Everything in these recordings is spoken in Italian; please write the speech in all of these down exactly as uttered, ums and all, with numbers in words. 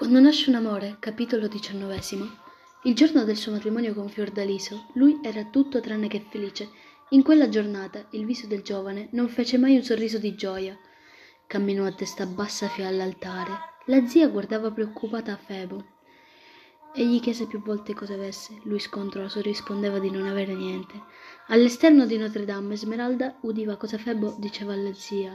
Quando nasce un amore, capitolo diciannovesimo. Il giorno del suo matrimonio con Fiordaliso, lui era tutto tranne che felice. In quella giornata il viso del giovane non fece mai un sorriso di gioia. Camminò a testa bassa fino all'altare. La zia guardava preoccupata a Febo. Egli chiese più volte cosa avesse. Lui scontroso rispondeva di non avere niente. All'esterno di Notre Dame, Esmeralda udiva cosa Febo diceva alla zia,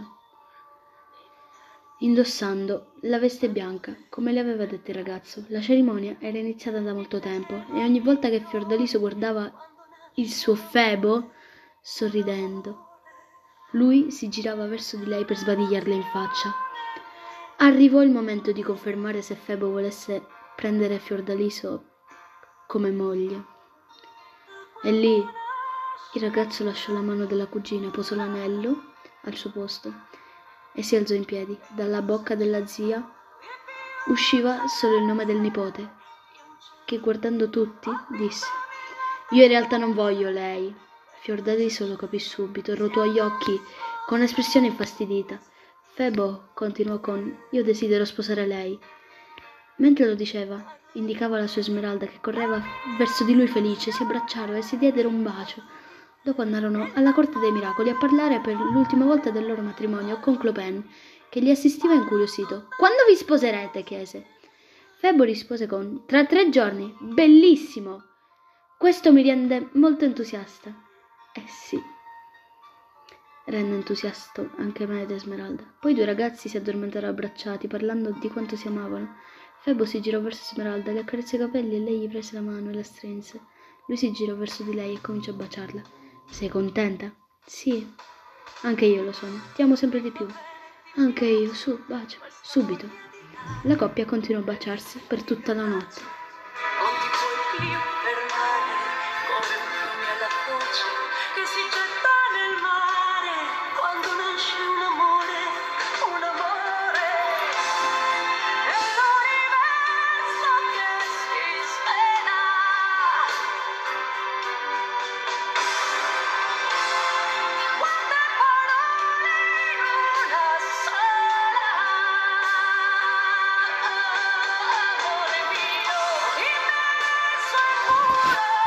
indossando la veste bianca, come le aveva detto il ragazzo. La cerimonia era iniziata da molto tempo e ogni volta che Fiordaliso guardava il suo Febo, sorridendo, lui si girava verso di lei per sbadigliarle in faccia. Arrivò il momento di confermare se Febo volesse prendere Fiordaliso come moglie. E lì il ragazzo lasciò la mano della cugina, posò l'anello al suo posto e si alzò in piedi. Dalla bocca della zia usciva solo il nome del nipote, che guardando tutti disse: «Io in realtà non voglio lei». Fiordaliso lo capì subito e rotò gli occhi con espressione infastidita. Febo continuò con: «Io desidero sposare lei». Mentre lo diceva, indicava la sua Esmeralda che correva verso di lui felice, si abbracciarono e si diedero un bacio. Dopo andarono alla corte dei miracoli a parlare per l'ultima volta del loro matrimonio con Clopin, che li assisteva incuriosito. «Quando vi sposerete?» chiese. Febo rispose con: «Tra tre giorni». «Bellissimo! Questo mi rende molto entusiasta». «Eh sì», rende entusiasta anche me ed Esmeralda. Poi i due ragazzi si addormentarono abbracciati, parlando di quanto si amavano. Febo si girò verso Esmeralda, le accarezzò i capelli e lei gli prese la mano e la strinse. Lui si girò verso di lei e cominciò a baciarla. «Sei contenta?» «Sì, anche io lo sono. Ti amo sempre di più». «Anche io, su, bacia, subito». La coppia continuò a baciarsi per tutta la notte. Non ti puoi più fermare, come un fiume alla foce che si